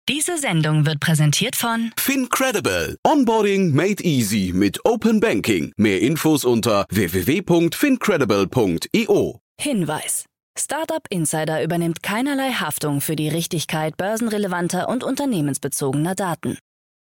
Diese Sendung wird präsentiert von FinCredible. Onboarding made easy mit Open Banking. Mehr Infos unter www.fincredible.io. Hinweis. Startup Insider übernimmt keinerlei Haftung für die Richtigkeit börsenrelevanter und unternehmensbezogener Daten.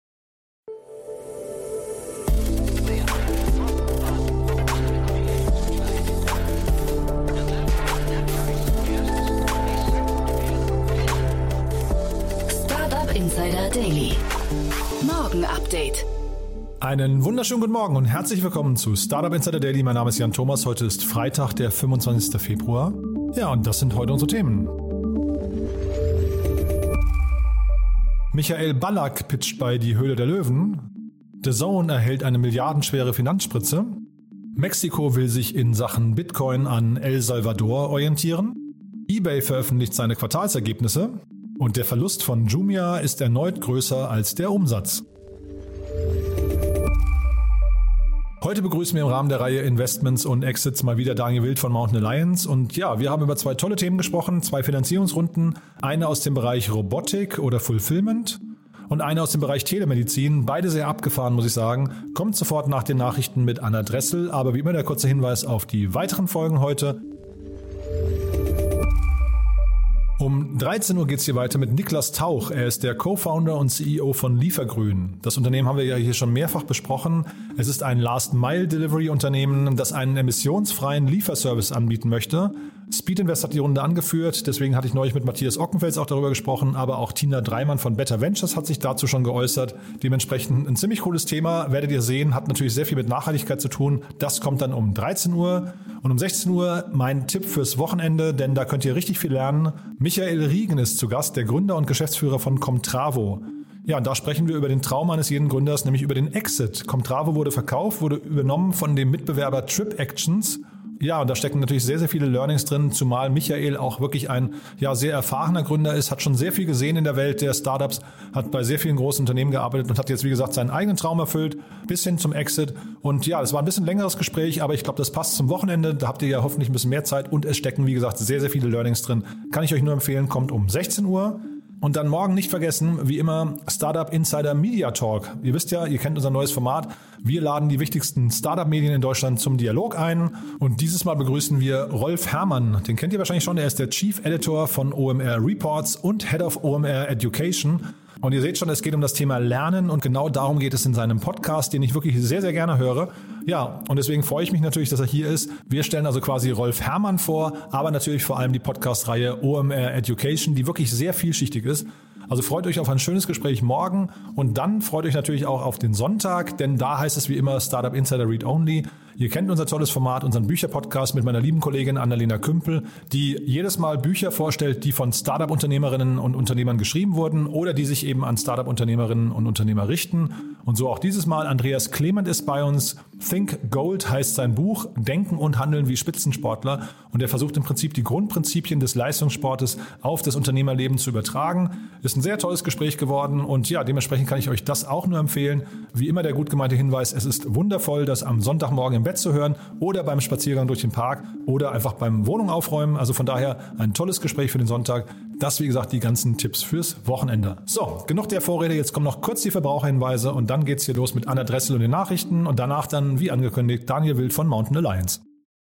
Startup Insider Daily. Morgen Update. Einen wunderschönen guten Morgen und herzlich willkommen zu Startup Insider Daily. Mein Name ist Jan Thomas. Heute ist Freitag, der 25. Februar. Ja, und das sind heute unsere Themen. Michael Ballack pitcht bei Die Höhle der Löwen. DAZN erhält eine milliardenschwere Finanzspritze. Mexiko will sich in Sachen Bitcoin an El Salvador orientieren. eBay veröffentlicht seine Quartalsergebnisse. Und der Verlust von Jumia ist erneut größer als der Umsatz. Heute begrüßen wir im Rahmen der Reihe Investments und Exits mal wieder Daniel Wild von Mountain Alliance. Und ja, wir haben über zwei tolle Themen gesprochen, zwei Finanzierungsrunden. Eine aus dem Bereich Robotik oder Fulfillment und eine aus dem Bereich Telemedizin. Beide sehr abgefahren, muss ich sagen. Kommt sofort nach den Nachrichten mit Anna Dressel. Aber wie immer der kurze Hinweis auf die weiteren Folgen heute. Um 13 Uhr geht es hier weiter mit Niklas Tauch. Er ist der Co-Founder und CEO von Liefergrün. Das Unternehmen haben wir ja hier schon mehrfach besprochen. Es ist ein Last-Mile-Delivery-Unternehmen, das einen emissionsfreien Lieferservice anbieten möchte. Speed Invest hat die Runde angeführt, deswegen hatte ich neulich mit Matthias Ockenfels auch darüber gesprochen, aber auch Tina Dreimann von Better Ventures hat sich dazu schon geäußert. Dementsprechend ein ziemlich cooles Thema, werdet ihr sehen, hat natürlich sehr viel mit Nachhaltigkeit zu tun. Das kommt dann um 13 Uhr und um 16 Uhr mein Tipp fürs Wochenende, denn da könnt ihr richtig viel lernen. Michael Riegen ist zu Gast, der Gründer und Geschäftsführer von Comtravo. Ja, und da sprechen wir über den Traum eines jeden Gründers, nämlich über den Exit. Comtravo wurde verkauft, wurde übernommen von dem Mitbewerber TripActions. Ja, und da stecken natürlich sehr, sehr viele Learnings drin, zumal Michael auch wirklich ein sehr erfahrener Gründer ist, hat schon sehr viel gesehen in der Welt der Startups, hat bei sehr vielen großen Unternehmen gearbeitet und hat jetzt, wie gesagt, seinen eigenen Traum erfüllt, bis hin zum Exit. Und ja, es war ein bisschen längeres Gespräch, aber ich glaube, das passt zum Wochenende. Da habt ihr ja hoffentlich ein bisschen mehr Zeit und es stecken, wie gesagt, sehr, sehr viele Learnings drin. Kann ich euch nur empfehlen, kommt um 16 Uhr. Und dann morgen nicht vergessen, wie immer, Startup Insider Media Talk. Ihr wisst ja, ihr kennt unser neues Format. Wir laden die wichtigsten Startup-Medien in Deutschland zum Dialog ein. Und dieses Mal begrüßen wir Rolf Herrmann. Den kennt ihr wahrscheinlich schon. Er ist der Chief Editor von OMR Reports und Head of OMR Education. Und ihr seht schon, es geht um das Thema Lernen und genau darum geht es in seinem Podcast, den ich wirklich sehr, sehr gerne höre. Ja, und deswegen freue ich mich natürlich, dass er hier ist. Wir stellen also quasi Rolf Herrmann vor, aber natürlich vor allem die Podcast-Reihe OMR Education, die wirklich sehr vielschichtig ist. Also freut euch auf ein schönes Gespräch morgen und dann freut euch natürlich auch auf den Sonntag, denn da heißt es wie immer Startup Insider Read Only. Ihr kennt unser tolles Format, unseren Bücherpodcast mit meiner lieben Kollegin Annalena Kümpel, die jedes Mal Bücher vorstellt, die von Startup-Unternehmerinnen und Unternehmern geschrieben wurden oder die sich eben an Startup-Unternehmerinnen und Unternehmer richten. Und so auch dieses Mal. Andreas Clement ist bei uns. Think Gold heißt sein Buch, Denken und Handeln wie Spitzensportler. Und er versucht im Prinzip die Grundprinzipien des Leistungssportes auf das Unternehmerleben zu übertragen. Ist ein sehr tolles Gespräch geworden und ja, dementsprechend kann ich euch das auch nur empfehlen. Wie immer der gut gemeinte Hinweis, es ist wundervoll, das am Sonntagmorgen im Bett zu hören oder beim Spaziergang durch den Park oder einfach beim Wohnung aufräumen. Also von daher ein tolles Gespräch für den Sonntag. Das, wie gesagt, die ganzen Tipps fürs Wochenende. So, genug der Vorrede. Jetzt kommen noch kurz die Verbraucherhinweise und dann geht's hier los mit Anna Dressel und den Nachrichten und danach dann, wie angekündigt, Daniel Wild von Mountain Alliance.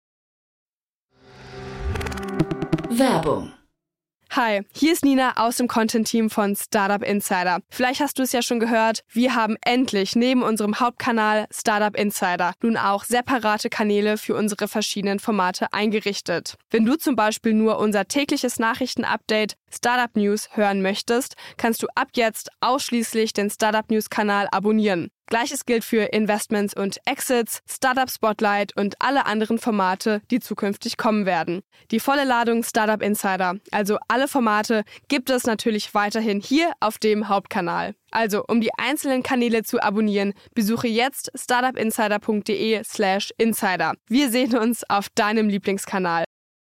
Werbung. Hi, hier ist Nina aus dem Content-Team von Startup Insider. Vielleicht hast du es ja schon gehört, wir haben endlich neben unserem Hauptkanal Startup Insider nun auch separate Kanäle für unsere verschiedenen Formate eingerichtet. Wenn du zum Beispiel nur unser tägliches Nachrichtenupdate Startup News hören möchtest, kannst du ab jetzt ausschließlich den Startup News Kanal abonnieren. Gleiches gilt für Investments und Exits, Startup Spotlight und alle anderen Formate, die zukünftig kommen werden. Die volle Ladung Startup Insider, also alle Formate, gibt es natürlich weiterhin hier auf dem Hauptkanal. Also, um die einzelnen Kanäle zu abonnieren, besuche jetzt startupinsider.de/insider. Wir sehen uns auf deinem Lieblingskanal.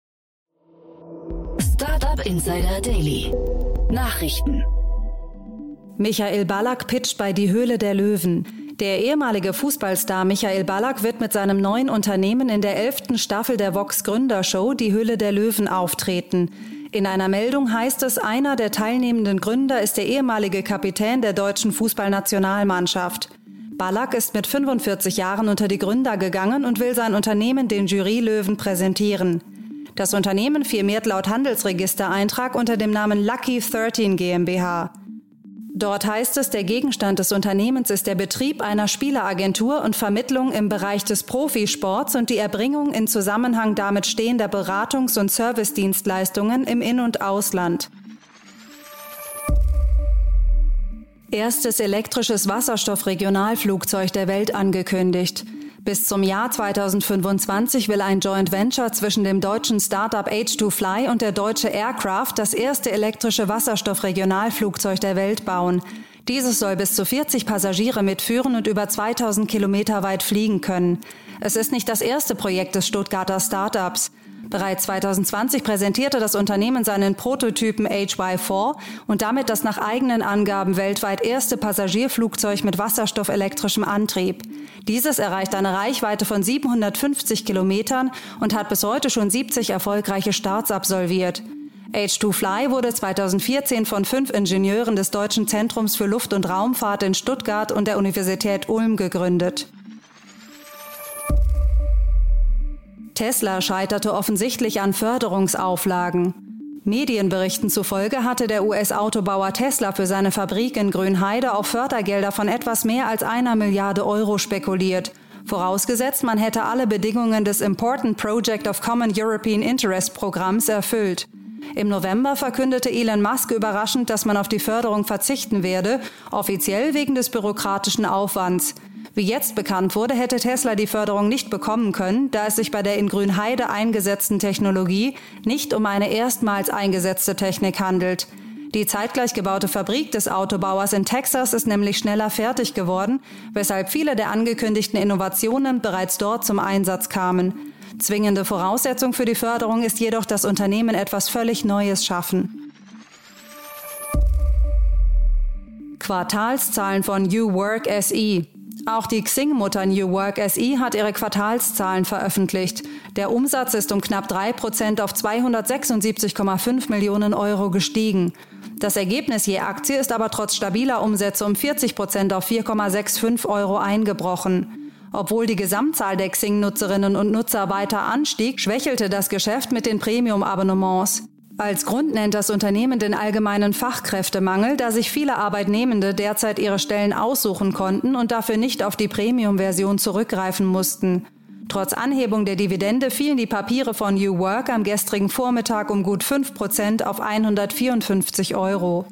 Startup Insider Daily. Nachrichten. Michael Ballack pitcht bei Die Höhle der Löwen. Der ehemalige Fußballstar Michael Ballack wird mit seinem neuen Unternehmen in der 11. Staffel der Vox Gründershow Die Höhle der Löwen auftreten. In einer Meldung heißt es, einer der teilnehmenden Gründer ist der ehemalige Kapitän der deutschen Fußballnationalmannschaft. Ballack ist mit 45 Jahren unter die Gründer gegangen und will sein Unternehmen den Jurylöwen präsentieren. Das Unternehmen firmiert laut Handelsregistereintrag unter dem Namen Lucky 13 GmbH. Dort heißt es, der Gegenstand des Unternehmens ist der Betrieb einer Spieleragentur und Vermittlung im Bereich des Profisports und die Erbringung in Zusammenhang damit stehender Beratungs- und Servicedienstleistungen im In- und Ausland. Erstes elektrisches Wasserstoff-Regionalflugzeug der Welt angekündigt. Bis zum Jahr 2025 will ein Joint Venture zwischen dem deutschen Startup H2Fly und der Deutsche Aircraft das erste elektrische Wasserstoff-Regionalflugzeug der Welt bauen. Dieses soll bis zu 40 Passagiere mitführen und über 2000 Kilometer weit fliegen können. Es ist nicht das erste Projekt des Stuttgarter Startups. Bereits 2020 präsentierte das Unternehmen seinen Prototypen HY4 und damit das nach eigenen Angaben weltweit erste Passagierflugzeug mit wasserstoffelektrischem Antrieb. Dieses erreicht eine Reichweite von 750 Kilometern und hat bis heute schon 70 erfolgreiche Starts absolviert. H2Fly wurde 2014 von 5 Ingenieuren des Deutschen Zentrums für Luft- und Raumfahrt in Stuttgart und der Universität Ulm gegründet. Tesla scheiterte offensichtlich an Förderungsauflagen. Medienberichten zufolge hatte der US-Autobauer Tesla für seine Fabrik in Grünheide auf Fördergelder von etwas mehr als 1 Milliarde Euro spekuliert. Vorausgesetzt, man hätte alle Bedingungen des Important Project of Common European Interest Programms erfüllt. Im November verkündete Elon Musk überraschend, dass man auf die Förderung verzichten werde, offiziell wegen des bürokratischen Aufwands. Wie jetzt bekannt wurde, hätte Tesla die Förderung nicht bekommen können, da es sich bei der in Grünheide eingesetzten Technologie nicht um eine erstmals eingesetzte Technik handelt. Die zeitgleich gebaute Fabrik des Autobauers in Texas ist nämlich schneller fertig geworden, weshalb viele der angekündigten Innovationen bereits dort zum Einsatz kamen. Zwingende Voraussetzung für die Förderung ist jedoch, dass Unternehmen etwas völlig Neues schaffen. Quartalszahlen von New Work SE. Auch die Xing-Mutter New Work SE hat ihre Quartalszahlen veröffentlicht. Der Umsatz ist um knapp 3% auf 276,5 Millionen Euro gestiegen. Das Ergebnis je Aktie ist aber trotz stabiler Umsätze um 40% auf 4,65 Euro eingebrochen. Obwohl die Gesamtzahl der Xing-Nutzerinnen und Nutzer weiter anstieg, schwächelte das Geschäft mit den Premium-Abonnements. Als Grund nennt das Unternehmen den allgemeinen Fachkräftemangel, da sich viele Arbeitnehmende derzeit ihre Stellen aussuchen konnten und dafür nicht auf die Premium-Version zurückgreifen mussten. Trotz Anhebung der Dividende fielen die Papiere von New Work am gestrigen Vormittag um gut 5% auf 154 Euro.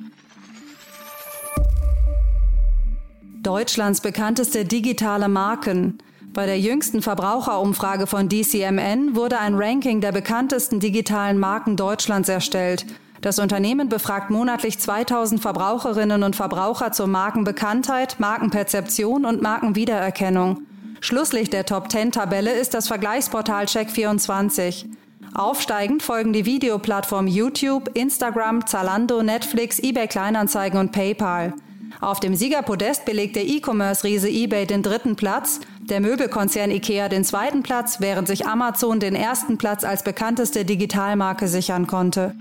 Deutschlands bekannteste digitale Marken. Bei der jüngsten Verbraucherumfrage von DCMN wurde ein Ranking der bekanntesten digitalen Marken Deutschlands erstellt. Das Unternehmen befragt monatlich 2000 Verbraucherinnen und Verbraucher zur Markenbekanntheit, Markenperzeption und Markenwiedererkennung. Schlusslicht der Top-10-Tabelle ist das Vergleichsportal Check24. Aufsteigend folgen die Videoplattformen YouTube, Instagram, Zalando, Netflix, eBay Kleinanzeigen und PayPal. Auf dem Siegerpodest belegt der E-Commerce-Riese eBay den 3. Platz, der Möbelkonzern IKEA den 2. Platz, während sich Amazon den 1. Platz als bekannteste Digitalmarke sichern konnte.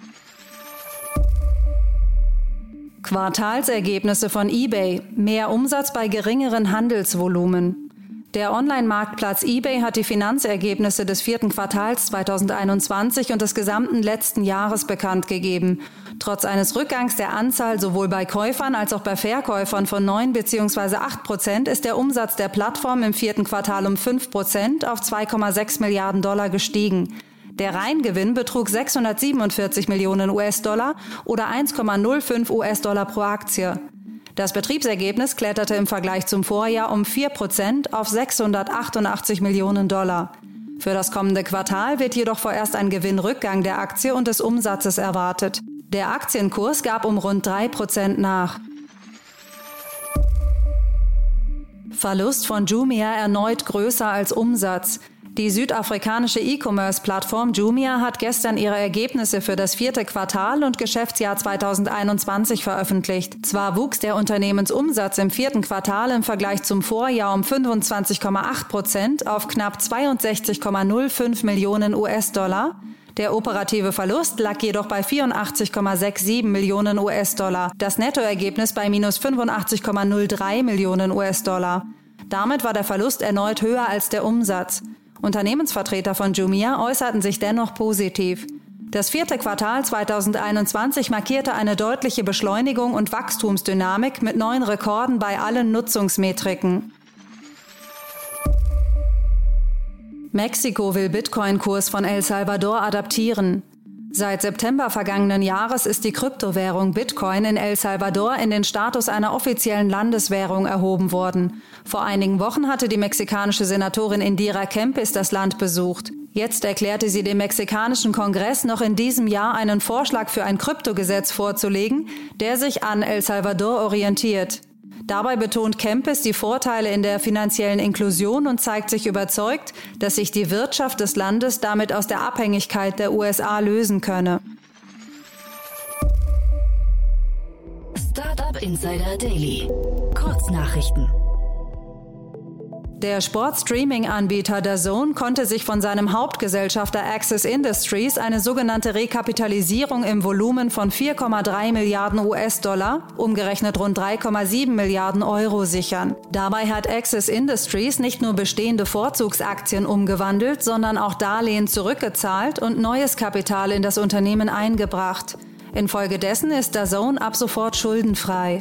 Quartalsergebnisse von eBay. Mehr Umsatz bei geringeren Handelsvolumen. Der Online-Marktplatz eBay hat die Finanzergebnisse des 4. Quartals 2021 und des gesamten letzten Jahres bekannt gegeben. Trotz eines Rückgangs der Anzahl sowohl bei Käufern als auch bei Verkäufern von 9 bzw. 8% ist der Umsatz der Plattform im 4. Quartal um 5% auf 2,6 Milliarden Dollar gestiegen. Der Reingewinn betrug 647 Millionen US-Dollar oder 1,05 US-Dollar pro Aktie. Das Betriebsergebnis kletterte im Vergleich zum Vorjahr um 4% auf 688 Millionen Dollar. Für das kommende Quartal wird jedoch vorerst ein Gewinnrückgang der Aktie und des Umsatzes erwartet. Der Aktienkurs gab um rund 3% nach. Verlust von Jumia erneut größer als Umsatz. Die südafrikanische E-Commerce-Plattform Jumia hat gestern ihre Ergebnisse für das 4. Quartal und Geschäftsjahr 2021 veröffentlicht. Zwar wuchs der Unternehmensumsatz im 4. Quartal im Vergleich zum Vorjahr um 25,8% auf knapp 62,05 Millionen US-Dollar. Der operative Verlust lag jedoch bei 84,67 Millionen US-Dollar, das Nettoergebnis bei minus 85,03 Millionen US-Dollar. Damit war der Verlust erneut höher als der Umsatz. Unternehmensvertreter von Jumia äußerten sich dennoch positiv. Das 4. Quartal 2021 markierte eine deutliche Beschleunigung und Wachstumsdynamik mit neuen Rekorden bei allen Nutzungsmetriken. Mexiko will Bitcoin-Kurs von El Salvador adaptieren. Seit September vergangenen Jahres ist die Kryptowährung Bitcoin in El Salvador in den Status einer offiziellen Landeswährung erhoben worden. Vor einigen Wochen hatte die mexikanische Senatorin Indira Kempis das Land besucht. Jetzt erklärte sie dem mexikanischen Kongress noch in diesem Jahr einen Vorschlag für ein Kryptogesetz vorzulegen, der sich an El Salvador orientiert. Dabei betont Kempis die Vorteile in der finanziellen Inklusion und zeigt sich überzeugt, dass sich die Wirtschaft des Landes damit aus der Abhängigkeit der USA lösen könne. Startup Insider Daily. Kurznachrichten. Der Sportstreaming-Anbieter DAZN konnte sich von seinem Hauptgesellschafter Access Industries eine sogenannte Rekapitalisierung im Volumen von 4,3 Milliarden US-Dollar, umgerechnet rund 3,7 Milliarden Euro sichern. Dabei hat Access Industries nicht nur bestehende Vorzugsaktien umgewandelt, sondern auch Darlehen zurückgezahlt und neues Kapital in das Unternehmen eingebracht. Infolgedessen ist DAZN ab sofort schuldenfrei.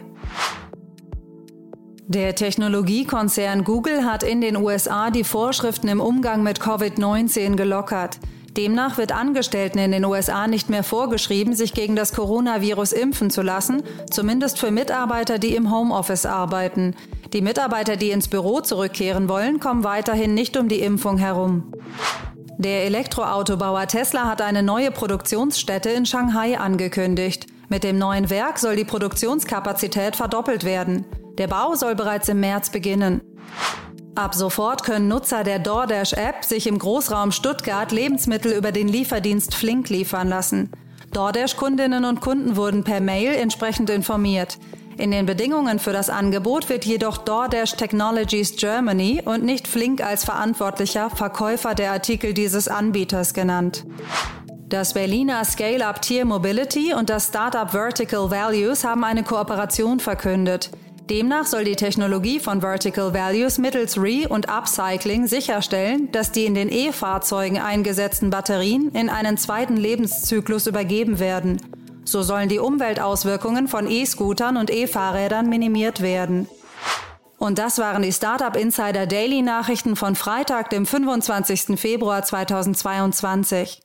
Der Technologiekonzern Google hat in den USA die Vorschriften im Umgang mit Covid-19 gelockert. Demnach wird Angestellten in den USA nicht mehr vorgeschrieben, sich gegen das Coronavirus impfen zu lassen, zumindest für Mitarbeiter, die im Homeoffice arbeiten. Die Mitarbeiter, die ins Büro zurückkehren wollen, kommen weiterhin nicht um die Impfung herum. Der Elektroautobauer Tesla hat eine neue Produktionsstätte in Shanghai angekündigt. Mit dem neuen Werk soll die Produktionskapazität verdoppelt werden. Der Bau soll bereits im März beginnen. Ab sofort können Nutzer der DoorDash-App sich im Großraum Stuttgart Lebensmittel über den Lieferdienst Flink liefern lassen. DoorDash-Kundinnen und Kunden wurden per Mail entsprechend informiert. In den Bedingungen für das Angebot wird jedoch DoorDash Technologies Germany und nicht Flink als verantwortlicher Verkäufer der Artikel dieses Anbieters genannt. Das Berliner Scale-Up Tier Mobility und das Startup Vertical Values haben eine Kooperation verkündet. Demnach soll die Technologie von Vertical Values mittels Re- und Upcycling sicherstellen, dass die in den E-Fahrzeugen eingesetzten Batterien in einen zweiten Lebenszyklus übergeben werden. So sollen die Umweltauswirkungen von E-Scootern und E-Fahrrädern minimiert werden. Und das waren die Startup Insider Daily Nachrichten von Freitag, dem 25. Februar 2022.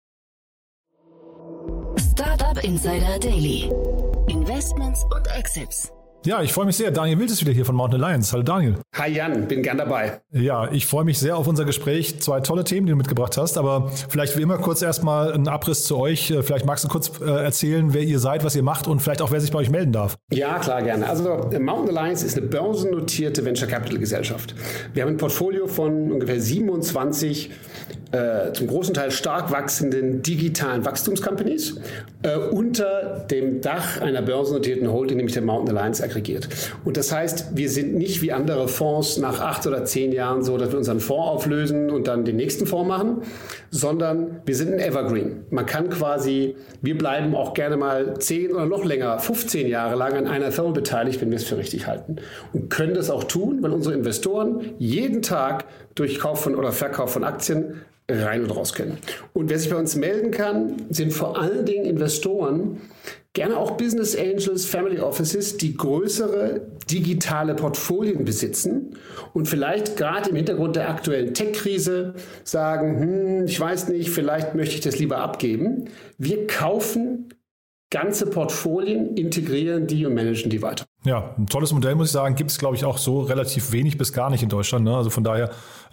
Startup Insider Daily. Investments und Exits. Ja, ich freue mich sehr. Daniel Wild ist wieder hier von Mountain Alliance. Hallo Daniel. Hi Jan, bin gern dabei. Ja, ich freue mich sehr auf unser Gespräch. 2 tolle Themen, die du mitgebracht hast, aber vielleicht wie immer kurz erstmal ein Abriss zu euch. Vielleicht magst du kurz erzählen, wer ihr seid, was ihr macht und vielleicht auch, wer sich bei euch melden darf. Ja, klar, gerne. Also Mountain Alliance ist eine börsennotierte Venture Capital Gesellschaft. Wir haben ein Portfolio von ungefähr 27 zum großen Teil stark wachsenden digitalen Wachstumscompanies unter dem Dach einer börsennotierten Holding, nämlich der Mountain Alliance, aggregiert. Und das heißt, wir sind nicht wie andere Fonds nach 8 oder 10 Jahren so, dass wir unseren Fonds auflösen und dann den nächsten Fonds machen, sondern wir sind ein Evergreen. Man kann quasi, wir bleiben auch gerne mal 10 oder noch länger, 15 Jahre lang an einer Firma beteiligt, wenn wir es für richtig halten. Und können das auch tun, weil unsere Investoren jeden Tag durch Kauf von oder Verkauf von Aktien rein und raus können. Und wer sich bei uns melden kann, sind vor allen Dingen Investoren, gerne auch Business Angels, Family Offices, die größere digitale Portfolien besitzen und vielleicht gerade im Hintergrund der aktuellen Tech-Krise sagen, ich weiß nicht, vielleicht möchte ich das lieber abgeben. Wir kaufen ganze Portfolien, integrieren die und managen die weiter. Ja, ein tolles Modell, muss ich sagen, gibt es, glaube ich, auch so relativ wenig bis gar nicht in Deutschland. Ne? Also von daher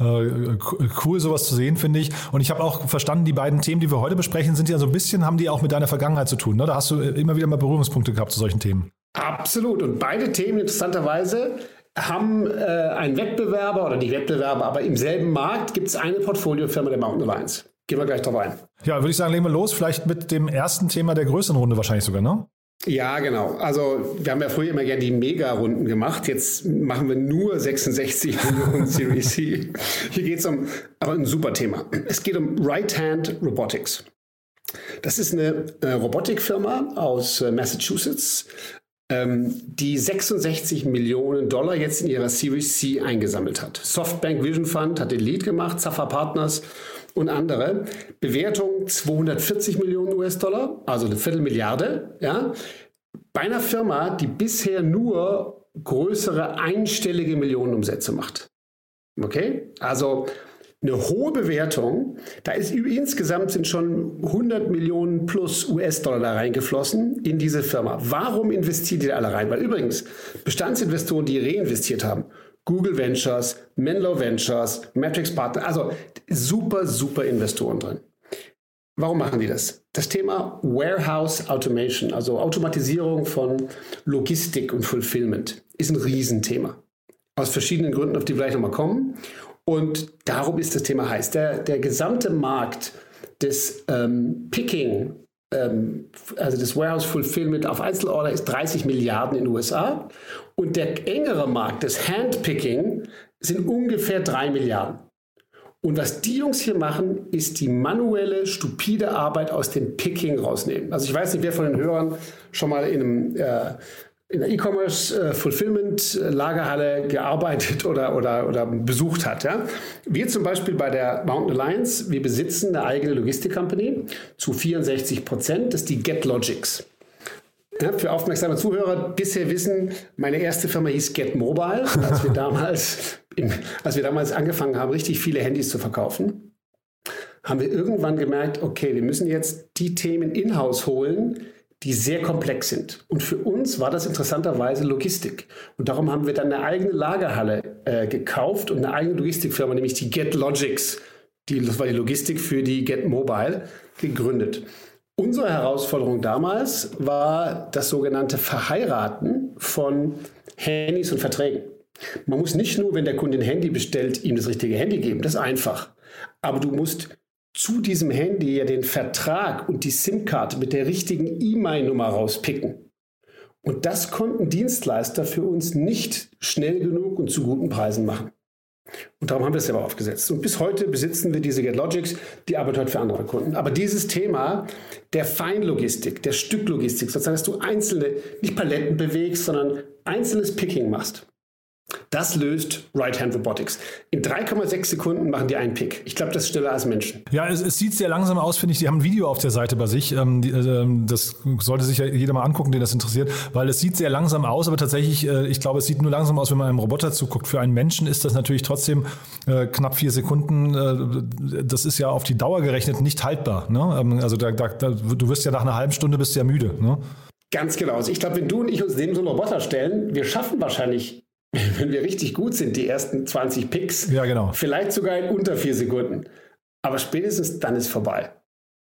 cool, sowas zu sehen, finde ich. Und ich habe auch verstanden, die beiden Themen, die wir heute besprechen, sind ja so ein bisschen, haben die auch mit deiner Vergangenheit zu tun. Ne? Da hast du immer wieder mal Berührungspunkte gehabt zu solchen Themen. Absolut. Und beide Themen interessanterweise haben einen Wettbewerber oder nicht Wettbewerber, aber im selben Markt gibt es eine Portfoliofirma der Mountain Alliance. Gehen wir gleich drauf ein. Ja, würde ich sagen, legen wir los. Vielleicht mit dem ersten Thema der größeren Runde wahrscheinlich sogar, ne? Ja, genau. Also wir haben ja früher immer gerne die Mega-Runden gemacht. Jetzt machen wir nur 66 Millionen Series C. Hier geht es um ein super Thema. Es geht um Right-Hand Robotics. Das ist eine Robotikfirma aus Massachusetts, die $66 Millionen jetzt in ihrer Series C eingesammelt hat. Softbank Vision Fund hat den Lead gemacht, Zafra Partners und andere. Bewertung $240 Millionen, also eine Viertelmilliarde. Ja? Bei einer Firma, die bisher nur größere einstellige Millionenumsätze macht. Okay? Also eine hohe Bewertung, da ist insgesamt sind schon 100 Millionen plus US-Dollar da reingeflossen in diese Firma. Warum investieren die da alle rein? Weil übrigens Bestandsinvestoren, die reinvestiert haben, Google Ventures, Menlo Ventures, Matrix Partners, also super Investoren drin. Warum machen die das? Das Thema Warehouse Automation, also Automatisierung von Logistik und Fulfillment, ist ein Riesenthema. Aus verschiedenen Gründen, auf die wir gleich nochmal kommen. Und darum ist das Thema heiß. Der gesamte Markt des Picking, also des Warehouse Fulfillment auf Einzelorder ist 30 Milliarden in den USA. Und der engere Markt des Handpicking sind ungefähr 3 Milliarden. Und was die Jungs hier machen, ist die manuelle, stupide Arbeit aus dem Picking rausnehmen. Also ich weiß nicht, wer von den Hörern schon mal in der E-Commerce Fulfillment Lagerhalle gearbeitet oder besucht hat. Ja? Wir zum Beispiel bei der Mountain Alliance, wir besitzen eine eigene Logistik-Company zu 64%, das ist die GetLogics. Ja, für aufmerksame Zuhörer bisher wissen, meine erste Firma hieß GetMobile, als wir damals angefangen haben, richtig viele Handys zu verkaufen, haben wir irgendwann gemerkt, okay, wir müssen jetzt die Themen in-house holen, die sehr komplex sind. Und für uns war das interessanterweise Logistik. Und darum haben wir dann eine eigene Lagerhalle gekauft und eine eigene Logistikfirma, nämlich die GetLogics, das war die Logistik für die GetMobile, gegründet. Unsere Herausforderung damals war das sogenannte Verheiraten von Handys und Verträgen. Man muss nicht nur, wenn der Kunde ein Handy bestellt, ihm das richtige Handy geben, das ist einfach. Aber du musst zu diesem Handy ja den Vertrag und die SIM-Karte mit der richtigen E-Mail-Nummer rauspicken. Und das konnten Dienstleister für uns nicht schnell genug und zu guten Preisen machen. Und darum haben wir es selber aufgesetzt. Und bis heute besitzen wir diese GetLogics, die arbeitet heute für andere Kunden. Aber dieses Thema der Feinlogistik, der Stücklogistik, sozusagen, dass du einzelne, nicht Paletten bewegst, sondern einzelnes Picking machst, das löst Right-Hand Robotics. In 3,6 Sekunden machen die einen Pick. Ich glaube, das ist schneller als Menschen. Ja, es sieht sehr langsam aus, finde ich. Die haben ein Video auf der Seite bei sich. Das sollte sich ja jeder mal angucken, den das interessiert, weil es sieht sehr langsam aus, aber tatsächlich, ich glaube, es sieht nur langsam aus, wenn man einem Roboter zuguckt. Für einen Menschen ist das natürlich trotzdem knapp 4 Sekunden. Das ist ja auf die Dauer gerechnet nicht haltbar. Ne? Also du wirst ja nach einer halben Stunde bist ja müde. Ne? Ganz genau. Also ich glaube, wenn du und ich uns neben so einen Roboter stellen, wir schaffen wahrscheinlich, wenn wir richtig gut sind, die ersten 20 Picks, ja, genau. Vielleicht sogar in unter 4 Sekunden. Aber spätestens dann ist vorbei.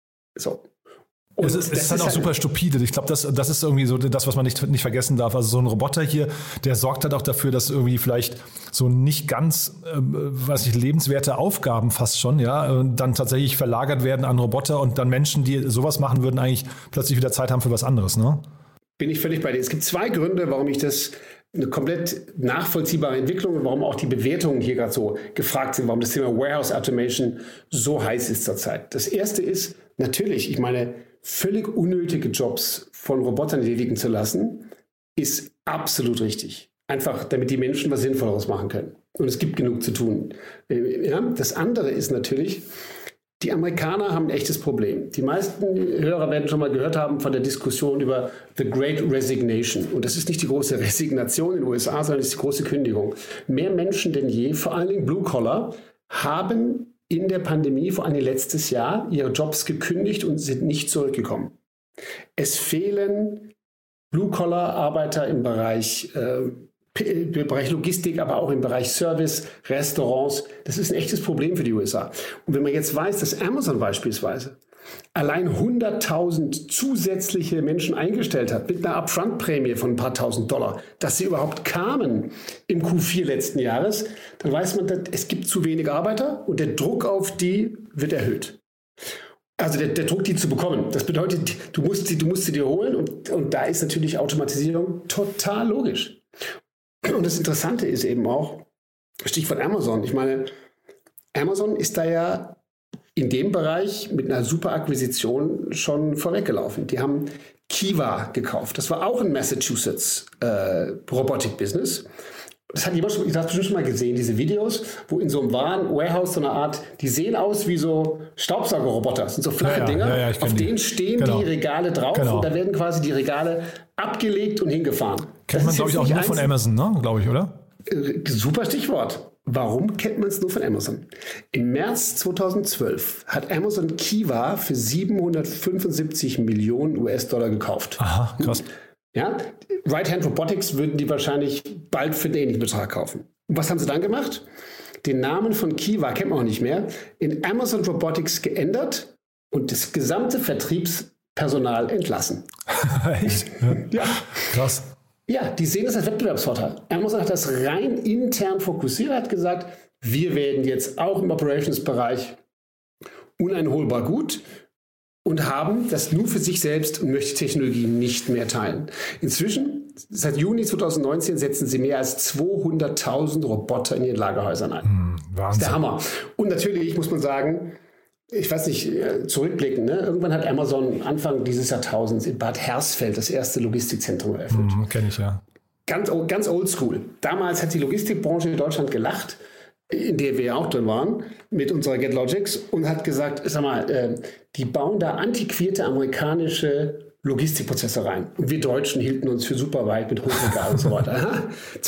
So. Und es ist dann auch super stupide. Ich glaube, das ist irgendwie so das, was man nicht vergessen darf. Also so ein Roboter hier, der sorgt halt auch dafür, dass irgendwie vielleicht so nicht ganz, lebenswerte Aufgaben fast schon, ja, dann tatsächlich verlagert werden an Roboter und dann Menschen, die sowas machen würden, eigentlich plötzlich wieder Zeit haben für was anderes, ne? Bin ich völlig bei dir. Es gibt 2 Gründe, warum ich das eine komplett nachvollziehbare Entwicklung und warum auch die Bewertungen hier gerade so gefragt sind, warum das Thema Warehouse Automation so heiß ist zurzeit. Das erste ist natürlich, ich meine, völlig unnötige Jobs von Robotern erledigen zu lassen, ist absolut richtig. Einfach, damit die Menschen was Sinnvolleres machen können. Und es gibt genug zu tun. Ja, das andere ist natürlich, die Amerikaner haben ein echtes Problem. Die meisten Hörer werden schon mal gehört haben von der Diskussion über The Great Resignation. Und das ist nicht die große Resignation in den USA, sondern das ist die große Kündigung. Mehr Menschen denn je, vor allen Dingen Blue Collar, haben in der Pandemie, vor allem letztes Jahr, ihre Jobs gekündigt und sind nicht zurückgekommen. Es fehlen Blue Collar Arbeiter im Bereich Logistik, aber auch im Bereich Service, Restaurants. Das ist ein echtes Problem für die USA. Und wenn man jetzt weiß, dass Amazon beispielsweise allein 100.000 zusätzliche Menschen eingestellt hat mit einer Upfront-Prämie von ein paar tausend $, dass sie überhaupt kamen im Q4 letzten Jahres, dann weiß man, es gibt zu wenig Arbeiter und der Druck auf die wird erhöht. Also der Druck, die zu bekommen. Das bedeutet, du musst sie dir holen und da ist natürlich Automatisierung total logisch. Und das Interessante ist eben auch, Stichwort Amazon. Ich meine, Amazon ist da ja in dem Bereich mit einer super Akquisition schon vorweggelaufen. Die haben Kiva gekauft. Das war auch ein Massachusetts Robotik-Business. Das hat jemand bestimmt schon mal gesehen, diese Videos, wo in so einem Warenwarehouse so eine Art, die sehen aus wie so Staubsaugerroboter. Das sind so flache Dinger, auf denen stehen die Regale drauf und da werden quasi die Regale abgelegt und hingefahren. Kennt man, glaube ich, auch nur von Amazon, ne? Glaube ich, oder? Super Stichwort. Warum kennt man es nur von Amazon? Im März 2012 hat Amazon Kiva für 775 Millionen US-Dollar gekauft. Aha, krass. Ja, Right-Hand Robotics würden die wahrscheinlich bald für den ähnlichen Betrag kaufen. Und was haben sie dann gemacht? Den Namen von Kiva kennt man auch nicht mehr, in Amazon Robotics geändert und das gesamte Vertriebspersonal entlassen. Echt? Ja. Krass. Ja, die sehen das als Wettbewerbsvorteil. Amazon hat das rein intern fokussiert, hat gesagt, wir werden jetzt auch im Operations-Bereich uneinholbar gut und haben das nur für sich selbst und möchte Technologie nicht mehr teilen. Inzwischen, seit Juni 2019, setzen sie mehr als 200.000 Roboter in ihren Lagerhäusern ein. Wahnsinn. Das ist der Hammer. Und natürlich muss man sagen, ich weiß nicht, zurückblicken, ne? Irgendwann hat Amazon Anfang dieses Jahrtausends in Bad Hersfeld das erste Logistikzentrum eröffnet. Kenne ich, ja. Ganz oldschool. Damals hat die Logistikbranche in Deutschland gelacht, in der wir ja auch drin waren, mit unserer GetLogics und hat gesagt, sag mal, die bauen da antiquierte amerikanische Logistikprozesse rein. Und wir Deutschen hielten uns für super weit mit Hochregal und so weiter.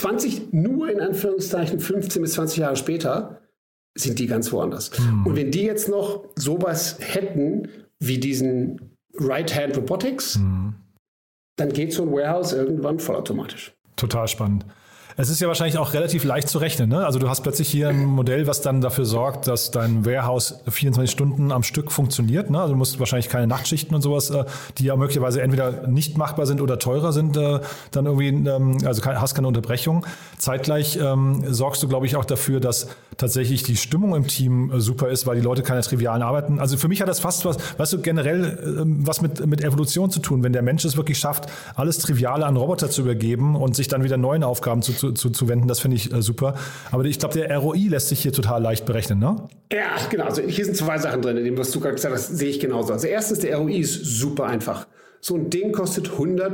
15 bis 20 Jahre später sind die ganz woanders. Und wenn die jetzt noch sowas hätten wie diesen Right-Hand Robotics, dann geht so ein Warehouse irgendwann vollautomatisch. Total spannend. Es ist ja wahrscheinlich auch relativ leicht zu rechnen, ne? Also du hast plötzlich hier ein Modell, was dann dafür sorgt, dass dein Warehouse 24 Stunden am Stück funktioniert, ne? Also du musst wahrscheinlich keine Nachtschichten und sowas, die ja möglicherweise entweder nicht machbar sind oder teurer sind, dann irgendwie, also hast keine Unterbrechung. Zeitgleich sorgst du, glaube ich, auch dafür, dass tatsächlich die Stimmung im Team super ist, weil die Leute keine trivialen Arbeiten. Also für mich hat das fast was, weißt du, generell was mit Evolution zu tun, wenn der Mensch es wirklich schafft, alles Triviale an Roboter zu übergeben und sich dann wieder neuen Aufgaben zu wenden, das finde ich super. Aber ich glaube, der ROI lässt sich hier total leicht berechnen, ne? Ja, genau. Also hier sind 2 Sachen drin, in dem, was du gerade gesagt hast, sehe ich genauso. Also erstens, der ROI ist super einfach. So ein Ding kostet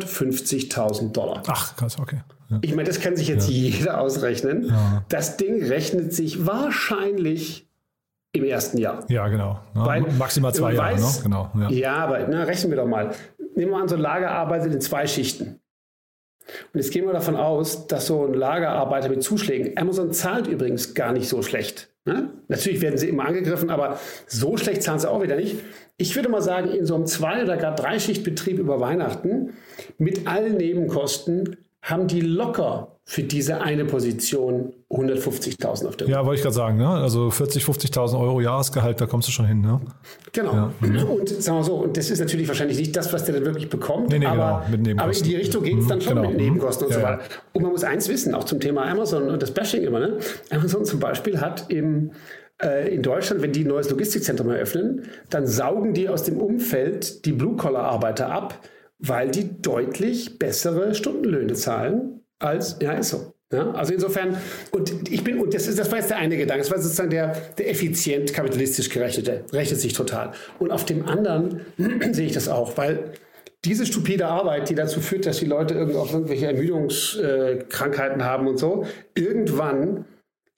$150.000. Ach, krass, okay. Ja. Ich meine, das kann sich jetzt jeder ausrechnen. Ja. Das Ding rechnet sich wahrscheinlich im ersten Jahr. Ja, genau. Ja, weil, maximal 2 Jahre, ne? Genau. Ja, aber rechnen wir doch mal. Nehmen wir an, so ein Lager arbeitet in 2 Schichten. Und jetzt gehen wir davon aus, dass so ein Lagerarbeiter mit Zuschlägen, Amazon zahlt übrigens gar nicht so schlecht. Ne? Natürlich werden sie immer angegriffen, aber so schlecht zahlen sie auch wieder nicht. Ich würde mal sagen, in so einem 2- oder gar 3-Schicht-Betrieb über Weihnachten mit allen Nebenkosten haben die locker für diese eine Position 150.000 auf der Uhr. Ja, wollte ich gerade sagen, ne? Also 50.000 Euro Jahresgehalt, da kommst du schon hin, ne? Genau. Ja. Und sagen wir so, und das ist natürlich wahrscheinlich nicht das, was der dann wirklich bekommt, nee, aber, genau, mit Nebenkosten. Aber in die Richtung geht es dann schon mit Nebenkosten und so weiter. Ja. Und man muss eins wissen, auch zum Thema Amazon und das Bashing immer, ne? Amazon zum Beispiel hat in Deutschland, wenn die ein neues Logistikzentrum eröffnen, dann saugen die aus dem Umfeld die Blue-Collar-Arbeiter ab, weil die deutlich bessere Stundenlöhne zahlen als, ist so. Ja, also insofern, das war jetzt der eine Gedanke, das war sozusagen der effizient kapitalistisch gerechnete, rechnet sich total. Und auf dem anderen sehe ich das auch, weil diese stupide Arbeit, die dazu führt, dass die Leute irgendwelche Ermüdungskrankheiten haben und so, irgendwann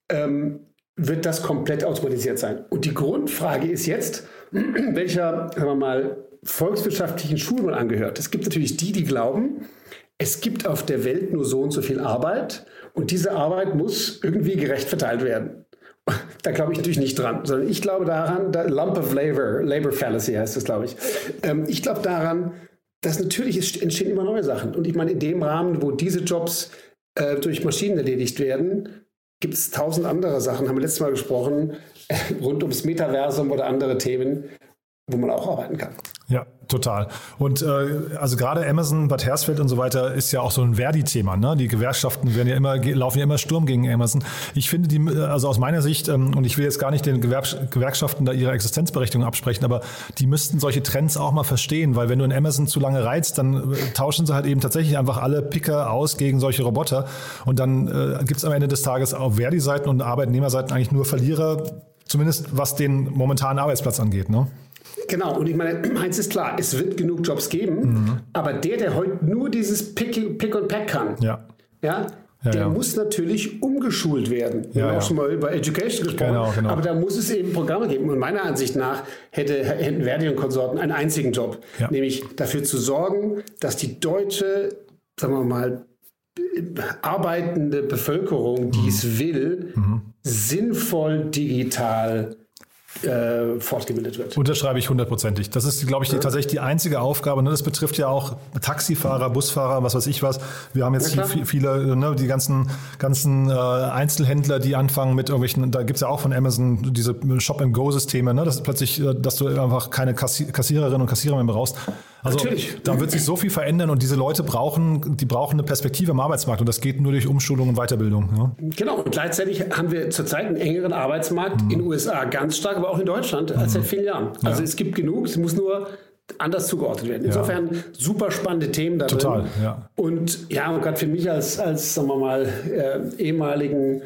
wird das komplett automatisiert sein. Und die Grundfrage ist jetzt, welcher, sagen wir mal, volkswirtschaftlichen Schule man angehört. Es gibt natürlich die glauben, es gibt auf der Welt nur so und so viel Arbeit und diese Arbeit muss irgendwie gerecht verteilt werden. Da glaube ich natürlich nicht dran, sondern ich glaube daran, Lump of Labor Fallacy heißt das, glaube ich. Ich glaube daran, dass natürlich entstehen immer neue Sachen. Und ich meine, in dem Rahmen, wo diese Jobs durch Maschinen erledigt werden, gibt es 1000 andere Sachen, haben wir letztes Mal gesprochen, rund ums Metaversum oder andere Themen, wo man auch arbeiten kann. Ja, total. Und also gerade Amazon, Bad Hersfeld und so weiter ist ja auch so ein Verdi-Thema. Ne? Die Gewerkschaften laufen ja immer Sturm gegen Amazon. Ich finde also aus meiner Sicht, und ich will jetzt gar nicht den Gewerkschaften da ihre Existenzberechtigung absprechen, aber die müssten solche Trends auch mal verstehen, weil wenn du in Amazon zu lange reizt, dann tauschen sie halt eben tatsächlich einfach alle Picker aus gegen solche Roboter und dann gibt es am Ende des Tages auf Verdi-Seiten und Arbeitnehmerseiten eigentlich nur Verlierer, Zumindest was den momentanen Arbeitsplatz angeht, ne? Genau, und ich meine, eins ist klar, es wird genug Jobs geben, aber der heute nur dieses Pick und Pack kann, der muss natürlich umgeschult werden. Wir haben auch schon mal über Education gesprochen, genau. Aber da muss es eben Programme geben. Und meiner Ansicht nach hätten Verdi und Konsorten einen einzigen Job, nämlich dafür zu sorgen, dass die deutsche, sagen wir mal, arbeitende Bevölkerung, die es will, sinnvoll digital fortgebildet wird. Unterschreibe ich 100%. Das ist, glaube ich, tatsächlich die einzige Aufgabe. Ne? Das betrifft ja auch Taxifahrer, Busfahrer, was weiß ich was. Wir haben jetzt viele, ne, die ganzen Einzelhändler, die anfangen mit irgendwelchen, da gibt es ja auch von Amazon diese Shop-and-Go-Systeme, ne? Das ist plötzlich, dass du einfach keine Kassiererinnen und Kassierer mehr brauchst. Also da wird sich so viel verändern und diese Leute brauchen eine Perspektive im Arbeitsmarkt und das geht nur durch Umschulung und Weiterbildung. Ja? Genau, und gleichzeitig haben wir zurzeit einen engeren Arbeitsmarkt in den USA ganz stark, aber auch in Deutschland als seit vielen Jahren. Also es gibt genug, es muss nur anders zugeordnet werden. Insofern super spannende Themen da drin. Total, ja. Und gerade für mich als sagen wir mal, ehemaligen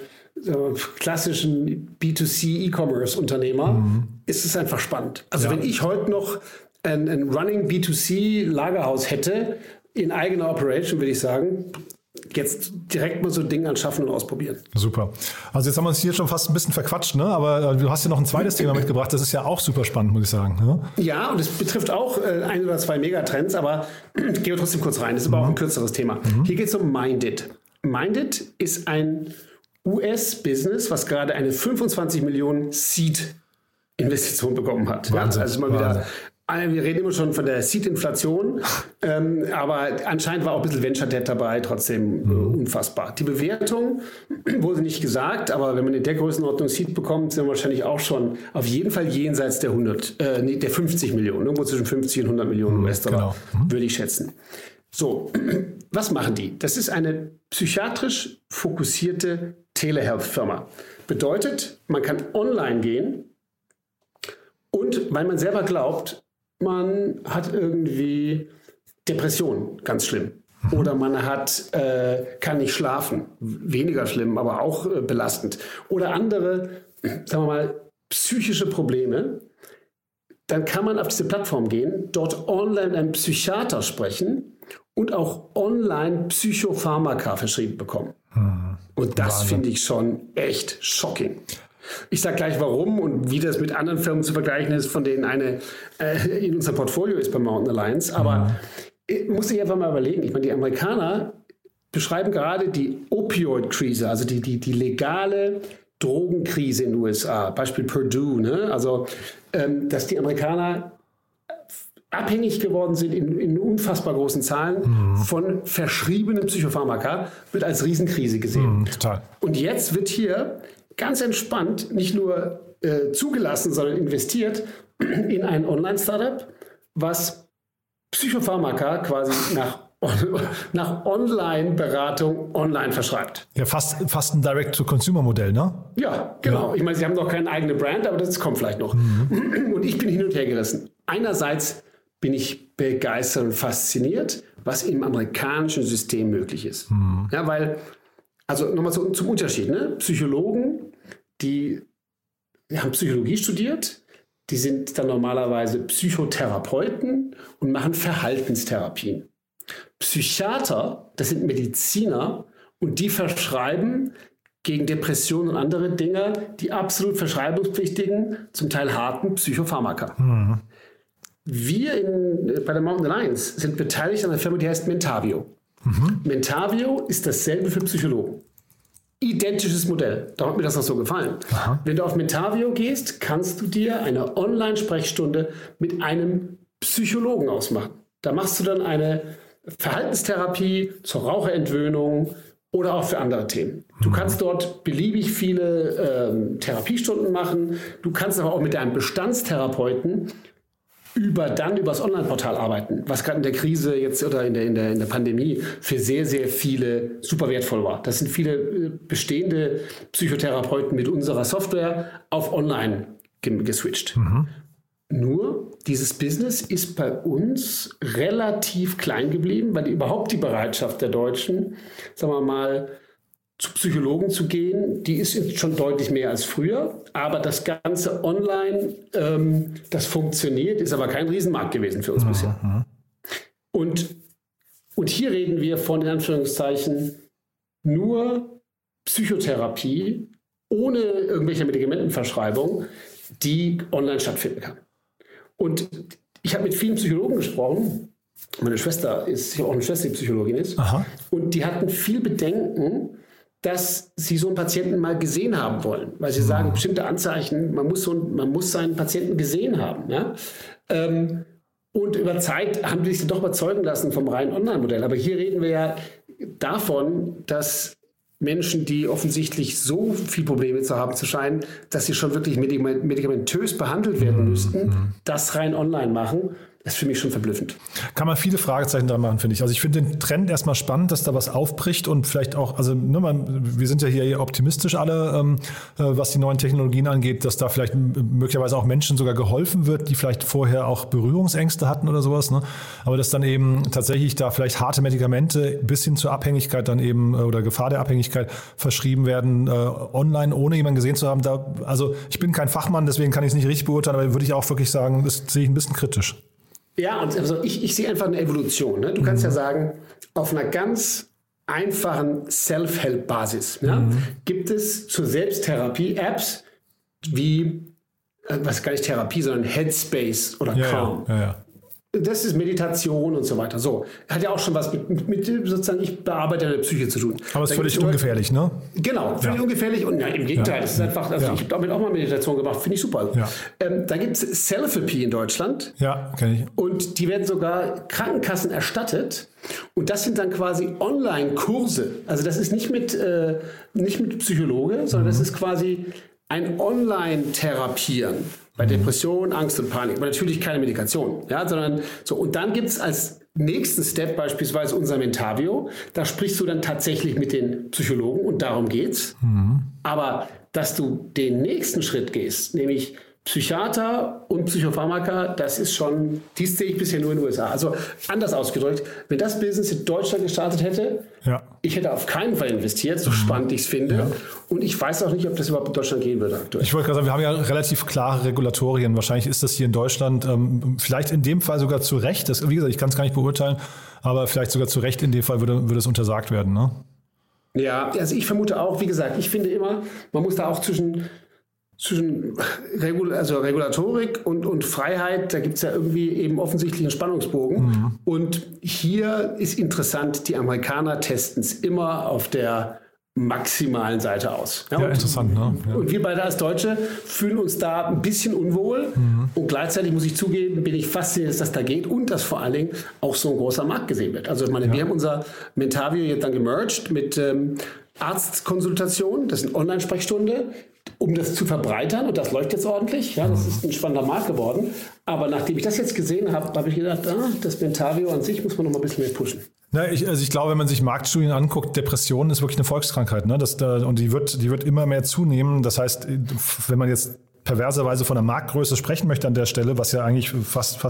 klassischen B2C-E-Commerce-Unternehmer ist es einfach spannend. Also wenn ich heute noch ein Running B2C-Lagerhaus hätte, in eigener Operation, würde ich sagen, jetzt direkt mal so ein Ding anschaffen und ausprobieren. Super. Also jetzt haben wir uns hier schon fast ein bisschen verquatscht, ne? Aber du hast ja noch ein zweites Thema mitgebracht, das ist ja auch super spannend, muss ich sagen. Ne? Ja, und es betrifft auch ein oder zwei Megatrends, aber gehen wir trotzdem kurz rein. Das ist aber auch ein kürzeres Thema. Hier geht es um Minded. Minded ist ein US-Business, was gerade eine 25 Millionen Seed-Investition bekommen hat. Wahnsinn, also mal wieder. Wir reden immer schon von der Seed-Inflation, aber anscheinend war auch ein bisschen Venture-Debt dabei, trotzdem unfassbar. Die Bewertung wurde nicht gesagt, aber wenn man in der Größenordnung Seed bekommt, sind wir wahrscheinlich auch schon auf jeden Fall jenseits der 50 Millionen, irgendwo zwischen 50 und 100 Millionen US-Dollar, würde ich schätzen. So, was machen die? Das ist eine psychiatrisch fokussierte Telehealth-Firma. Bedeutet, man kann online gehen und weil man selber glaubt, man hat irgendwie Depression, ganz schlimm. Oder man kann nicht schlafen, weniger schlimm, aber auch belastend. Oder andere, sagen wir mal, psychische Probleme. Dann kann man auf diese Plattform gehen, dort online mit einem Psychiater sprechen und auch online Psychopharmaka verschrieben bekommen. Und das finde ich schon echt shocking. Ich sage gleich warum und wie das mit anderen Firmen zu vergleichen ist, von denen eine in unserem Portfolio ist bei Mountain Alliance. Aber muss ich einfach mal überlegen. Ich meine, die Amerikaner beschreiben gerade die Opioid-Krise, also die legale Drogenkrise in den USA. Beispiel Purdue, ne? Also, dass die Amerikaner abhängig geworden sind in unfassbar großen Zahlen von verschriebenen Psychopharmaka, wird als Riesenkrise gesehen. Total. Und jetzt wird hier ganz entspannt nicht nur zugelassen, sondern investiert in ein Online-Startup, was Psychopharmaka quasi nach Online-Beratung online verschreibt. Ja, fast ein Direct-to-Consumer-Modell, ne? Ja, genau. Ja. Ich meine, sie haben noch keine eigene Brand, aber das kommt vielleicht noch. Und ich bin hin und her gerissen. Einerseits bin ich begeistert und fasziniert, was im amerikanischen System möglich ist. Ja, weil, also nochmal zum Unterschied, ne? Psychologen, die haben Psychologie studiert, die sind dann normalerweise Psychotherapeuten und machen Verhaltenstherapien. Psychiater, das sind Mediziner und die verschreiben gegen Depressionen und andere Dinge die absolut verschreibungspflichtigen, zum Teil harten Psychopharmaka. Wir bei der Mountain Alliance sind beteiligt an einer Firma, die heißt Mentavio. Mentavio ist dasselbe für Psychologen. Identisches Modell. Darum hat mir das noch so gefallen. Wenn du auf Mentavio gehst, kannst du dir eine Online-Sprechstunde mit einem Psychologen ausmachen. Da machst du dann eine Verhaltenstherapie zur Raucherentwöhnung oder auch für andere Themen. Du kannst dort beliebig viele Therapiestunden machen. Du kannst aber auch mit deinem Bestandstherapeuten über das Online-Portal arbeiten, was gerade in der Krise jetzt oder in der Pandemie für sehr, sehr viele super wertvoll war. Das sind viele bestehende Psychotherapeuten mit unserer Software auf Online geswitcht. Nur, dieses Business ist bei uns relativ klein geblieben, weil überhaupt die Bereitschaft der Deutschen, sagen wir mal, zu Psychologen zu gehen, die ist schon deutlich mehr als früher. Aber das Ganze online, das funktioniert, ist aber kein Riesenmarkt gewesen für uns bisher. Und hier reden wir von, in Anführungszeichen, nur Psychotherapie ohne irgendwelche Medikamentenverschreibung, die online stattfinden kann. Und ich habe mit vielen Psychologen gesprochen. Meine Schwester ich habe auch eine Schwester, die Psychologin ist. Aha. Und die hatten viel Bedenken, dass sie so einen Patienten mal gesehen haben wollen. Weil sie sagen, bestimmte Anzeichen, man muss seinen Patienten gesehen haben. Ja? Und über Zeit haben die sich doch überzeugen lassen vom reinen Online-Modell. Aber hier reden wir ja davon, dass Menschen, die offensichtlich so viele Probleme zu haben zu scheinen, dass sie schon wirklich medikamentös behandelt werden müssten, das rein online machen. Das ist für mich schon verblüffend. Kann man viele Fragezeichen dran machen, finde ich. Also ich finde den Trend erstmal spannend, dass da was aufbricht und vielleicht auch, also wir sind ja hier optimistisch alle, was die neuen Technologien angeht, dass da vielleicht möglicherweise auch Menschen sogar geholfen wird, die vielleicht vorher auch Berührungsängste hatten oder sowas. Ne? Aber dass dann eben tatsächlich da vielleicht harte Medikamente bis hin zur Abhängigkeit dann eben oder Gefahr der Abhängigkeit verschrieben werden, online, ohne jemanden gesehen zu haben. Also ich bin kein Fachmann, deswegen kann ich es nicht richtig beurteilen, aber würde ich auch wirklich sagen, das sehe ich ein bisschen kritisch. Ja, und also ich sehe einfach eine Evolution. Ne? Du kannst ja sagen, auf einer ganz einfachen Self-Help-Basis gibt es zur Selbsttherapie Apps wie, was gar nicht Therapie, sondern Headspace oder Calm. Ja. Das ist Meditation und so weiter. So, hat ja auch schon was mit sozusagen, ich bearbeite der Psyche zu tun. Aber es ist völlig ungefährlich, ne? Genau, völlig ungefährlich und im Gegenteil, es ist einfach, also ich habe damit auch mal Meditation gemacht, finde ich super. Ja. Da gibt es Selfie in Deutschland. Ja, kenne ich. Und die werden sogar Krankenkassen erstattet. Und das sind dann quasi Online-Kurse. Also das ist nicht mit Psychologe, sondern das ist quasi ein Online-Therapieren. Bei Depression, Angst und Panik. Aber natürlich keine Medikation. Ja, sondern so. Und dann gibt es als nächsten Step beispielsweise unser Mentavio. Da sprichst du dann tatsächlich mit den Psychologen und darum geht's. Aber dass du den nächsten Schritt gehst, nämlich Psychiater und Psychopharmaka, das ist schon, dies sehe ich bisher nur in den USA. Also anders ausgedrückt, wenn das Business in Deutschland gestartet hätte, ich hätte auf keinen Fall investiert, so spannend ich es finde. Ja. Und ich weiß auch nicht, ob das überhaupt in Deutschland gehen würde aktuell. Ich wollte gerade sagen, wir haben ja relativ klare Regulatorien. Wahrscheinlich ist das hier in Deutschland vielleicht in dem Fall sogar zu Recht. Das, wie gesagt, ich kann es gar nicht beurteilen, aber vielleicht sogar zu Recht in dem Fall würde es untersagt werden. Ne? Ja, also ich vermute auch, wie gesagt, ich finde immer, man muss da auch zwischen Regulatorik und Freiheit, da gibt es ja irgendwie eben offensichtlich einen Spannungsbogen. Und hier ist interessant, die Amerikaner testen es immer auf der maximalen Seite aus. Ja, interessant, ne? Ja. Und wir beide als Deutsche fühlen uns da ein bisschen unwohl. Und gleichzeitig muss ich zugeben, bin ich fasziniert, dass das da geht und dass vor allen Dingen auch so ein großer Markt gesehen wird. Also ich meine, wir haben unser Mentavio jetzt dann gemerged mit Arztkonsultation, das ist eine Online-Sprechstunde, um das zu verbreitern, und das läuft jetzt ordentlich. Ja, das ist ein spannender Markt geworden. Aber nachdem ich das jetzt gesehen habe, habe ich gedacht, das Mentavio an sich muss man noch mal ein bisschen mehr pushen. Ja, ich glaube, wenn man sich Marktstudien anguckt, Depression ist wirklich eine Volkskrankheit, ne? Und die wird immer mehr zunehmen. Das heißt, wenn man jetzt perverserweise von der Marktgröße sprechen möchte an der Stelle, was ja eigentlich fast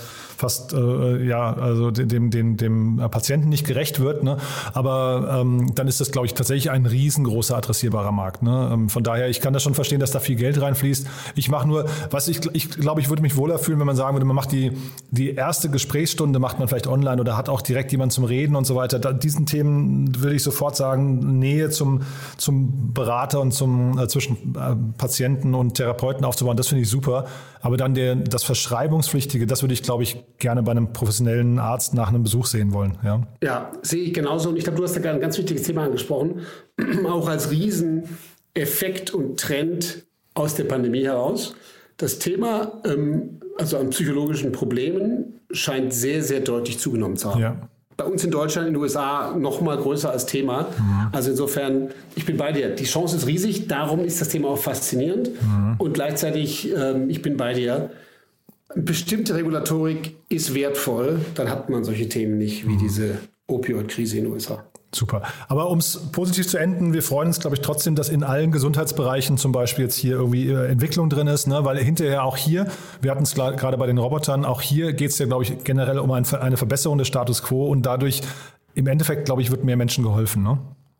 also dem Patienten nicht gerecht wird, ne? Aber dann ist das, glaube ich, tatsächlich ein riesengroßer adressierbarer Markt, ne? Von daher, ich kann das schon verstehen, dass da viel Geld reinfließt. Ich mache nur, ich glaube, ich würde mich wohler fühlen, wenn man sagen würde, man macht die erste Gesprächsstunde macht man vielleicht online oder hat auch direkt jemanden zum Reden und so weiter. Diesen Themen würde ich sofort sagen, Nähe zum Berater und zwischen Patienten und Therapeuten aufzubauen, das finde ich super. Aber dann das Verschreibungspflichtige, das würde ich, glaube ich, gerne bei einem professionellen Arzt nach einem Besuch sehen wollen. Ja, sehe ich genauso. Und ich glaube, du hast da gerade ein ganz wichtiges Thema angesprochen, auch als Rieseneffekt und Trend aus der Pandemie heraus. Das Thema, also an psychologischen Problemen, scheint sehr, sehr deutlich zugenommen zu haben. Ja. Bei uns in Deutschland, in den USA noch mal größer als Thema. Also insofern, ich bin bei dir. Die Chance ist riesig, darum ist das Thema auch faszinierend. Und gleichzeitig, ich bin bei dir. Bestimmte Regulatorik ist wertvoll, dann hat man solche Themen nicht wie diese Opioid-Krise in den USA. Super. Aber um es positiv zu enden, wir freuen uns, glaube ich, trotzdem, dass in allen Gesundheitsbereichen zum Beispiel jetzt hier irgendwie Entwicklung drin ist, ne? Weil hinterher auch hier, wir hatten es gerade bei den Robotern, auch hier geht es ja, glaube ich, generell um eine Verbesserung des Status quo und dadurch im Endeffekt, glaube ich, wird mehr Menschen geholfen, ne?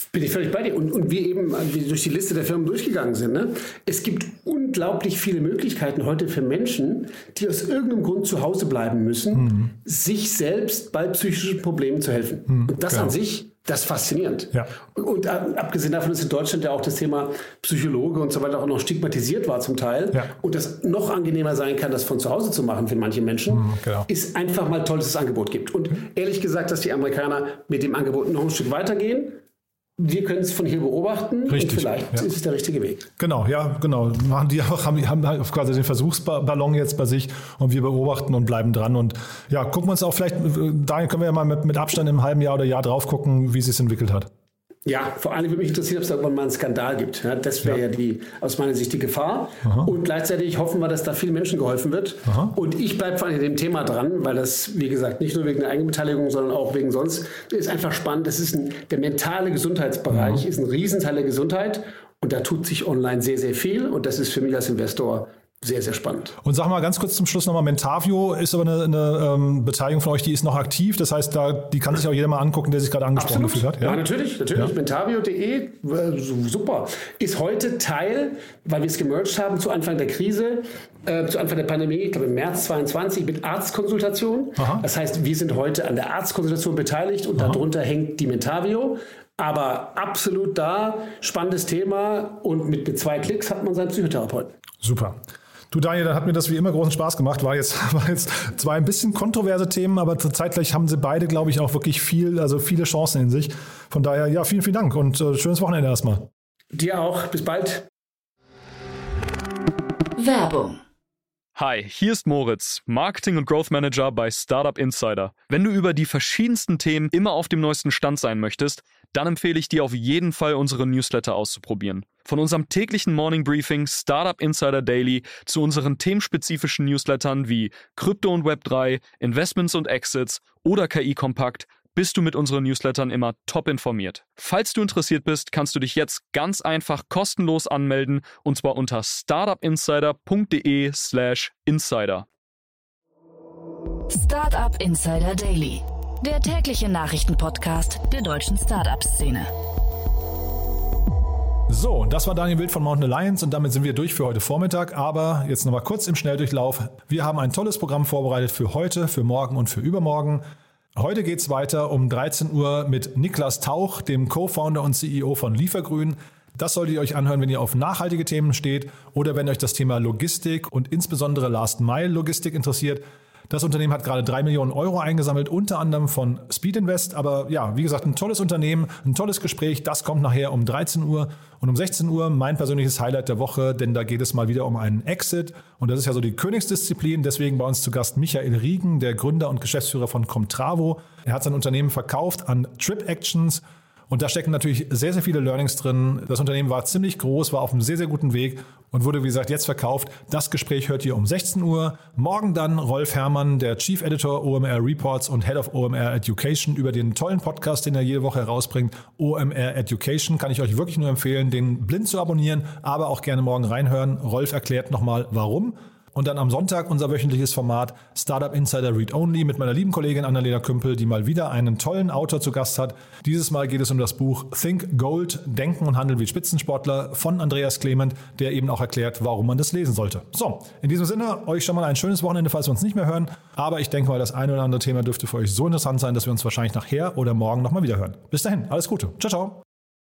Bin ich völlig bei dir. Und wir eben durch die Liste der Firmen durchgegangen sind. Ne? Es gibt unglaublich viele Möglichkeiten heute für Menschen, die aus irgendeinem Grund zu Hause bleiben müssen, sich selbst bei psychischen Problemen zu helfen. Und das an sich, das ist faszinierend. Ja. Und abgesehen davon ist in Deutschland ja auch das Thema Psychologe und so weiter auch noch stigmatisiert war zum Teil. Ja. Und das noch angenehmer sein kann, das von zu Hause zu machen für manche Menschen, ist einfach mal toll, dass es das Angebot gibt. Und ehrlich gesagt, dass die Amerikaner mit dem Angebot noch ein Stück weitergehen. Wir können es von hier beobachten. Richtig, und vielleicht ist es der richtige Weg. Genau. Haben quasi den Versuchsballon jetzt bei sich und wir beobachten und bleiben dran. Und ja, gucken wir uns auch vielleicht, Daniel, können wir ja mal mit Abstand im halben Jahr oder Jahr drauf gucken, wie es sich entwickelt hat. Ja, vor allem würde mich interessieren, ob es irgendwann mal einen Skandal gibt. Ja, das wäre ja aus meiner Sicht die Gefahr. Aha. Und gleichzeitig hoffen wir, dass da vielen Menschen geholfen wird. Aha. Und ich bleibe vor allem in dem Thema dran, weil das, wie gesagt, nicht nur wegen der Eigenbeteiligung, sondern auch wegen sonst, ist einfach spannend. Das ist der mentale Gesundheitsbereich, ist ein Riesenteil der Gesundheit. Und da tut sich online sehr, sehr viel. Und das ist für mich als Investor sehr, sehr spannend. Und sag mal ganz kurz zum Schluss nochmal, Mentavio ist aber eine Beteiligung von euch, die ist noch aktiv. Das heißt, die kann sich auch jeder mal angucken, der sich gerade angesprochen gefühlt hat. Ja, natürlich. Ja. Mentavio.de, super. Ist heute Teil, weil wir es gemerged haben zu Anfang der Krise, zu Anfang der Pandemie, ich glaube im März 2022, mit Arztkonsultation. Aha. Das heißt, wir sind heute an der Arztkonsultation beteiligt und darunter hängt die Mentavio. Aber absolut da, spannendes Thema und mit 2 Klicks hat man seinen Psychotherapeuten. Super. Du Daniel, dann hat mir das wie immer großen Spaß gemacht. War jetzt zwar ein bisschen kontroverse Themen, aber zeitgleich haben sie beide, glaube ich, auch wirklich viele Chancen in sich. Von daher, ja, vielen, vielen Dank und schönes Wochenende erstmal. Dir auch. Bis bald. Werbung. Hi, hier ist Moritz, Marketing- und Growth Manager bei Startup Insider. Wenn du über die verschiedensten Themen immer auf dem neuesten Stand sein möchtest, dann empfehle ich dir auf jeden Fall, unsere Newsletter auszuprobieren. Von unserem täglichen Morning Briefing Startup Insider Daily zu unseren themenspezifischen Newslettern wie Krypto und Web3, Investments und Exits oder KI Kompakt, bist du mit unseren Newslettern immer top informiert. Falls du interessiert bist, kannst du dich jetzt ganz einfach kostenlos anmelden und zwar unter startupinsider.de/insider. Startup Insider Daily, der tägliche Nachrichtenpodcast der deutschen Startup-Szene. So, das war Daniel Wild von Mountain Alliance und damit sind wir durch für heute Vormittag. Aber jetzt nochmal kurz im Schnelldurchlauf. Wir haben ein tolles Programm vorbereitet für heute, für morgen und für übermorgen. Heute geht es weiter um 13 Uhr mit Niklas Tauch, dem Co-Founder und CEO von Liefergrün. Das solltet ihr euch anhören, wenn ihr auf nachhaltige Themen steht oder wenn euch das Thema Logistik und insbesondere Last-Mile-Logistik interessiert. Das Unternehmen hat gerade 3 Millionen Euro eingesammelt, unter anderem von Speed Invest. Aber ja, wie gesagt, ein tolles Unternehmen, ein tolles Gespräch. Das kommt nachher um 13 Uhr und um 16 Uhr mein persönliches Highlight der Woche, denn da geht es mal wieder um einen Exit. Und das ist ja so die Königsdisziplin. Deswegen bei uns zu Gast Michael Riegen, der Gründer und Geschäftsführer von Comtravo. Er hat sein Unternehmen verkauft an TripActions. Und da stecken natürlich sehr, sehr viele Learnings drin. Das Unternehmen war ziemlich groß, war auf einem sehr, sehr guten Weg und wurde, wie gesagt, jetzt verkauft. Das Gespräch hört ihr um 16 Uhr. Morgen dann Rolf Herrmann, der Chief Editor OMR Reports und Head of OMR Education, über den tollen Podcast, den er jede Woche herausbringt. OMR Education kann ich euch wirklich nur empfehlen, den blind zu abonnieren, aber auch gerne morgen reinhören. Rolf erklärt nochmal, warum. Und dann am Sonntag unser wöchentliches Format Startup Insider Read Only mit meiner lieben Kollegin Annalena Kümpel, die mal wieder einen tollen Autor zu Gast hat. Dieses Mal geht es um das Buch Think Gold, Denken und Handeln wie Spitzensportler von Andreas Clement, der eben auch erklärt, warum man das lesen sollte. So, in diesem Sinne, euch schon mal ein schönes Wochenende, falls wir uns nicht mehr hören. Aber ich denke mal, das eine oder andere Thema dürfte für euch so interessant sein, dass wir uns wahrscheinlich nachher oder morgen nochmal wieder hören. Bis dahin, alles Gute. Ciao, ciao.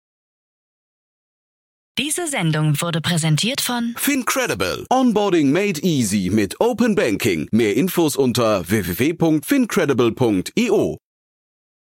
Diese Sendung wurde präsentiert von Fincredible. Onboarding made easy mit Open Banking. Mehr Infos unter www.fincredible.io.